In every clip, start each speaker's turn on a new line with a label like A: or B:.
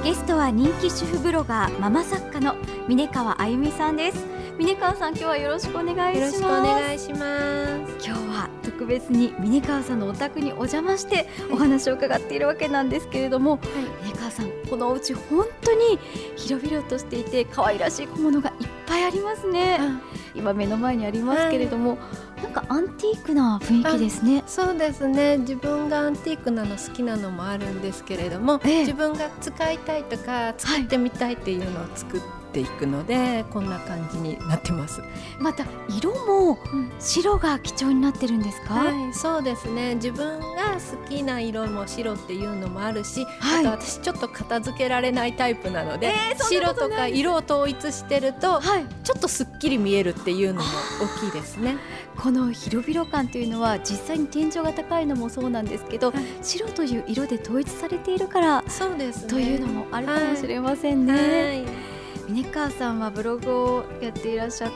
A: ゲストは人気主婦ブロガーママ作家の峯川あゆみさんです。峯川さん、今日はよろしくお願いします。
B: よろしくお願いします。
A: 今日は特別に峯川さんのお宅にお邪魔してお話を伺っているわけなんですけれども、峯川さん、このお家本当に広々としていて可愛らしい小物がいっぱいありますね。今目の前にありますけれども、なんかアンティークな雰囲気ですね。
B: そうですね、自分がアンティークなの好きなのもあるんですけれども、自分が使いたいとか作ってみたいっていうのを作っていくので、こんな感じになってます。
A: また色も白が基調になってるんですか？
B: そうですね、自分が好きな色も白っていうのもあるし、あと私ちょっと片付けられないタイプなので、白とか色を統一してると、ちょっとすっきり見えるっていうのも大きいですね。
A: この広々感というのは実際に天井が高いのもそうなんですけど、白という色で統一されているから
B: そうですね、
A: というのもあるかもしれませんね。峯川さんはブログをやっていらっしゃって、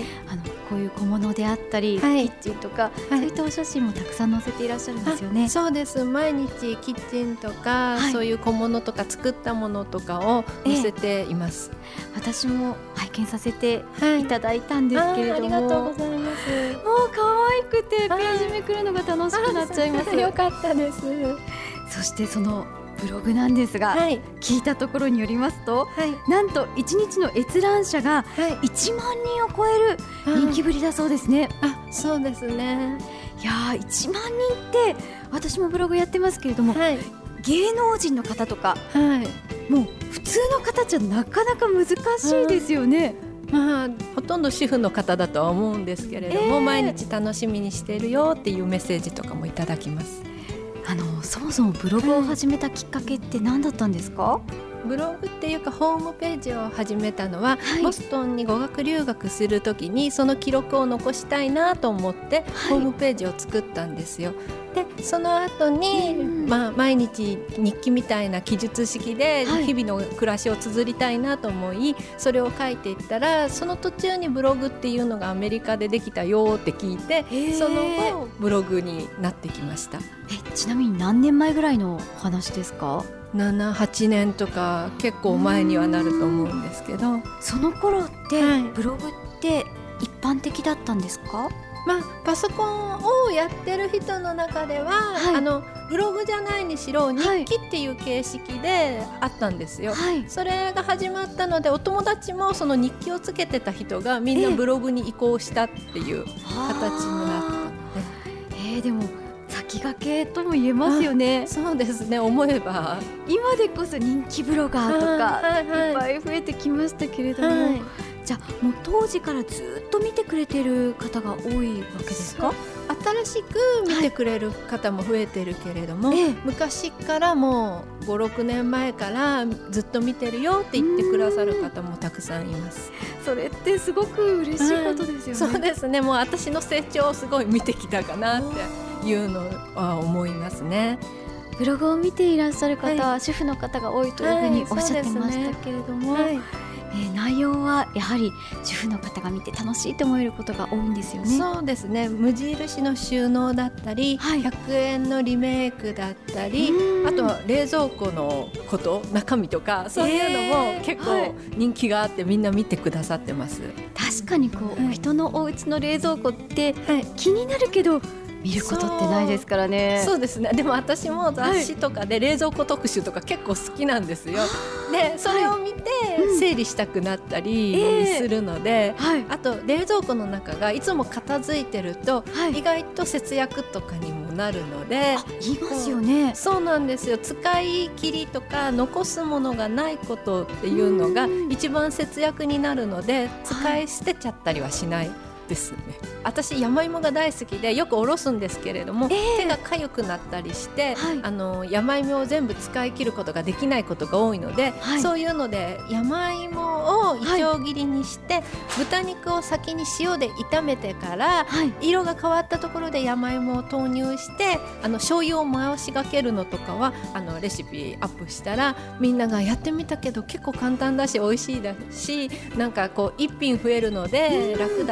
A: こういう小物であったり、キッチンとか、そういったお写真もたくさん載せていらっしゃるんですよね。
B: そうです、毎日キッチンとか、そういう小物とか作ったものとかを載せています。
A: 私も拝見させていただいたんですけれども、
B: ありがとうございます。
A: もう可愛くてページめくるのが楽しくなっちゃいます。
B: よかったです。
A: そしてそのブログなんですが、聞いたところによりますと、なんと1日の閲覧者が1万人を超える人気ぶりだそうですね。
B: そうですね。
A: いやー、1万人って私もブログやってますけれども、芸能人の方とか、もう普通の方じゃなかなか難しいですよね。
B: ほとんど主婦の方だとは思うんですけれども、毎日楽しみにしているよっていうメッセージとかもいただきます。
A: そもそもブログを始めたきっかけって何だったんですか？
B: ブログっていうかホームページを始めたのは、ボストンに語学留学するときにその記録を残したいなと思って、ホームページを作ったんですよ。でその後に、毎日日記みたいな記述式で日々の暮らしを綴りたいなと思い、それを書いていったら、その途中にブログっていうのがアメリカでできたよって聞いて、その後ブログになってきました。
A: ちなみに何年前ぐらいのお話ですか
B: ？7、8年とか結構前にはなると思うんですけど、
A: その頃ってブログって一般的だったんですか？
B: パソコンをやってる人の中では、ブログじゃないにしろ日記っていう形式であったんですよ。それが始まったので、お友達もその日記をつけてた人がみんなブログに移行したっていう形になったので、
A: でも先駆けとも言えますよね。
B: そうですね、思えば
A: 今でこそ人気ブロガーとかいっぱい増えてきましたけれども、じゃあもう当時からずっと見てくれてる方が多いわけですか？
B: 新しく見てくれる方も増えてるけれども、昔からもう5、6年前からずっと見てるよって言ってくださる方もたくさんいます。
A: それってすごく嬉しいことですよね。
B: そうですね、もう私の成長をすごい見てきたかなっていうのは思いますね。
A: ブログを見ていらっしゃる方は、主婦の方が多いというふうにおっしゃってましたけれども、内容はやはり主婦の方が見て楽しいと思えることが多いんですよね。
B: そうですね、無印の収納だったり、100円のリメイクだったり、あとは冷蔵庫のこと、中身とかそういうのも結構人気があって、みんな見てくださってます。
A: 確かに人のお家の冷蔵庫って気になるけど、見ることってないですからね。
B: そうですね、でも私も雑誌とかで冷蔵庫特集とか結構好きなんですよ。でそれを見て整理したくなったりするので、あと冷蔵庫の中がいつも片付いてると、意外と節約とかにもなるので。
A: 言いますよね。
B: そうなんですよ、使い切りとか残すものがないことっていうのが一番節約になるので、使い捨てちゃったりはしないですね。私山芋が大好きでよくおろすんですけれども、手が痒くなったりして、山芋を全部使い切ることができないことが多いので、そういうので山芋をいちょう切りにして、豚肉を先に塩で炒めてから、色が変わったところで山芋を投入して、醤油を回しがけるのとかはレシピアップしたら、みんながやってみたけど結構簡単だし美味しいだし、なんかこう一品増えるので楽だったよ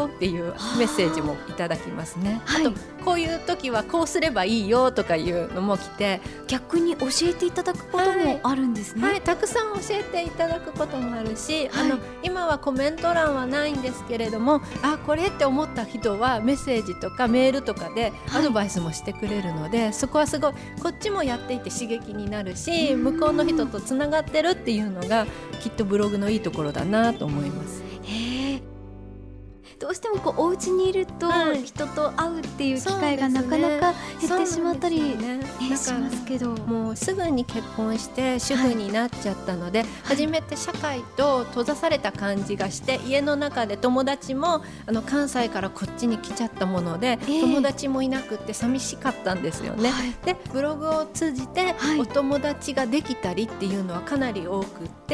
B: っていうメッセージもいただきますね。
A: はい、
B: あとこういう時はこうすればいいよとかいうのも来て、
A: 逆に教えていただくこともあるんですね。
B: はい、たくさん教えていただくこともあるし、
A: はい、
B: 今はコメント欄はないんですけれども、これって思った人はメッセージとかメールとかでアドバイスもしてくれるので、そこはすごいこっちもやっていて刺激になるし、向こうの人とつながってるっていうのがきっとブログのいいところだなと思います。
A: どうしてもこうお家にいると人と会うっていう機会がなかなか減ってしまったり、しますけど、
B: もうすぐに結婚して主婦になっちゃったので、初めて社会と閉ざされた感じがして、家の中で友達も関西からこっちに来ちゃったもので、友達もいなくって寂しかったんですよね。でブログを通じてお友達ができたりっていうのはかなり多くって、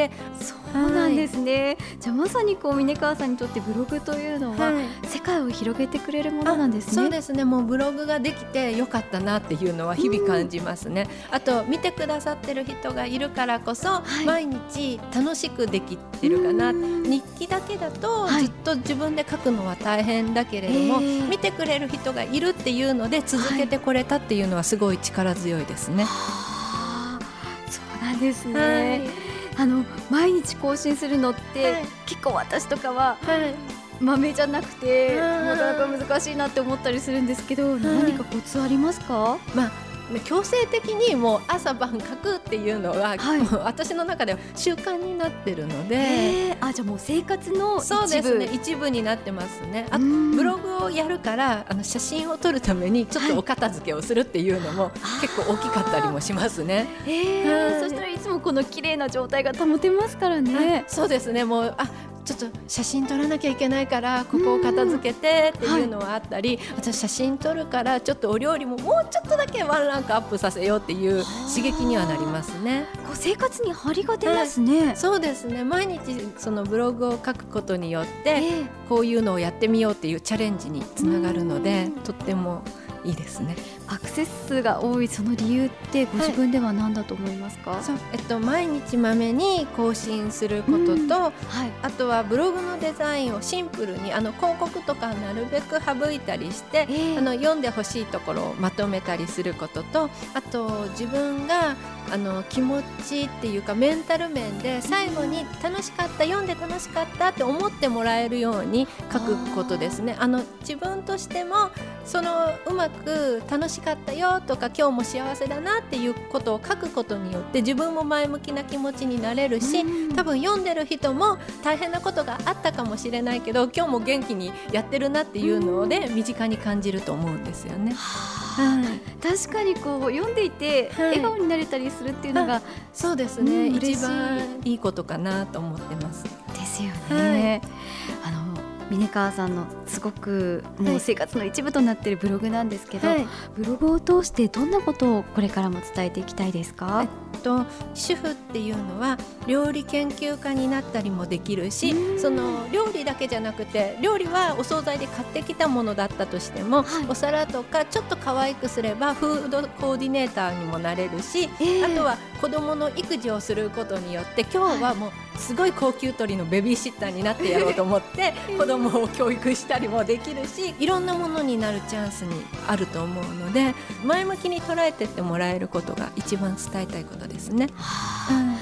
A: そうなんですね。じゃあまさにこう峯川さんにとってブログというのは世界を広げてくれるものなんですね。
B: そうですね。もうブログができてよかったなっていうのは日々感じますね。あと見てくださってる人がいるからこそ、毎日楽しくできてるかな。日記だけだとずっと自分で書くのは大変だけれども、見てくれる人がいるっていうので続けてこれたっていうのはすごい力強いですね。
A: そうなんですね。毎日更新するのって、結構私とかは、豆じゃなくてなかなか難しいなって思ったりするんですけど、何かコツありますか？
B: 強制的にもう朝晩書くっていうのは、もう私の中では習慣になってるので、
A: じゃあもう生活の一部。
B: そうですね、一部になってますね。あとブログをやるから写真を撮るためにちょっとお片付けをするっていうのも結構大きかったりもしますね。
A: そしたらいつもこの綺麗な状態が保てますからね。
B: そうですね。もうちょっと写真撮らなきゃいけないからここを片付けてっていうのはあったり、私写真撮るからちょっとお料理ももうちょっとだけワンランクアップさせようっていう刺激にはなりますね。
A: こう生活に張りが出ますね。
B: そうですね。毎日そのブログを書くことによって、こういうのをやってみようっていうチャレンジにつながるので、とってもいいですね。
A: アクセス数が多いその理由ってご自分では何だと思いますか？
B: 毎日まめに更新することと、あとはブログのデザインをシンプルに広告とかなるべく省いたりして、読んでほしいところをまとめたりすることと、あと自分が気持ちっていうかメンタル面で最後に楽しかった、読んで楽しかったって思ってもらえるように書くことですね。自分としてもうまく楽しかったよとか今日も幸せだなっていうことを書くことによって自分も前向きな気持ちになれるし、多分読んでる人も大変なことがあったかもしれないけど今日も元気にやってるなっていうので身近に感じると思うんですよね。
A: 確かにこう読んでいて笑顔になれたりするっていうのが、
B: そうですね、一番いいことかなと思ってます。
A: ですよね。峯川さんのすごくもう生活の一部となっているブログなんですけど、ブログを通してどんなことをこれからも伝えていきたいですか？
B: 主婦っていうのは料理研究家になったりもできるし、その料理だけじゃなくて、料理はお惣菜で買ってきたものだったとしても、お皿とかちょっと可愛くすればフードコーディネーターにもなれるし、あとは子供の育児をすることによって今日はもうすごい高級鳥のベビーシッターになってやろうと思って子供を教育したりもできるし、いろんなものになるチャンスにあると思うので、前向きに捉えてってもらえることが一番伝えたいことですね。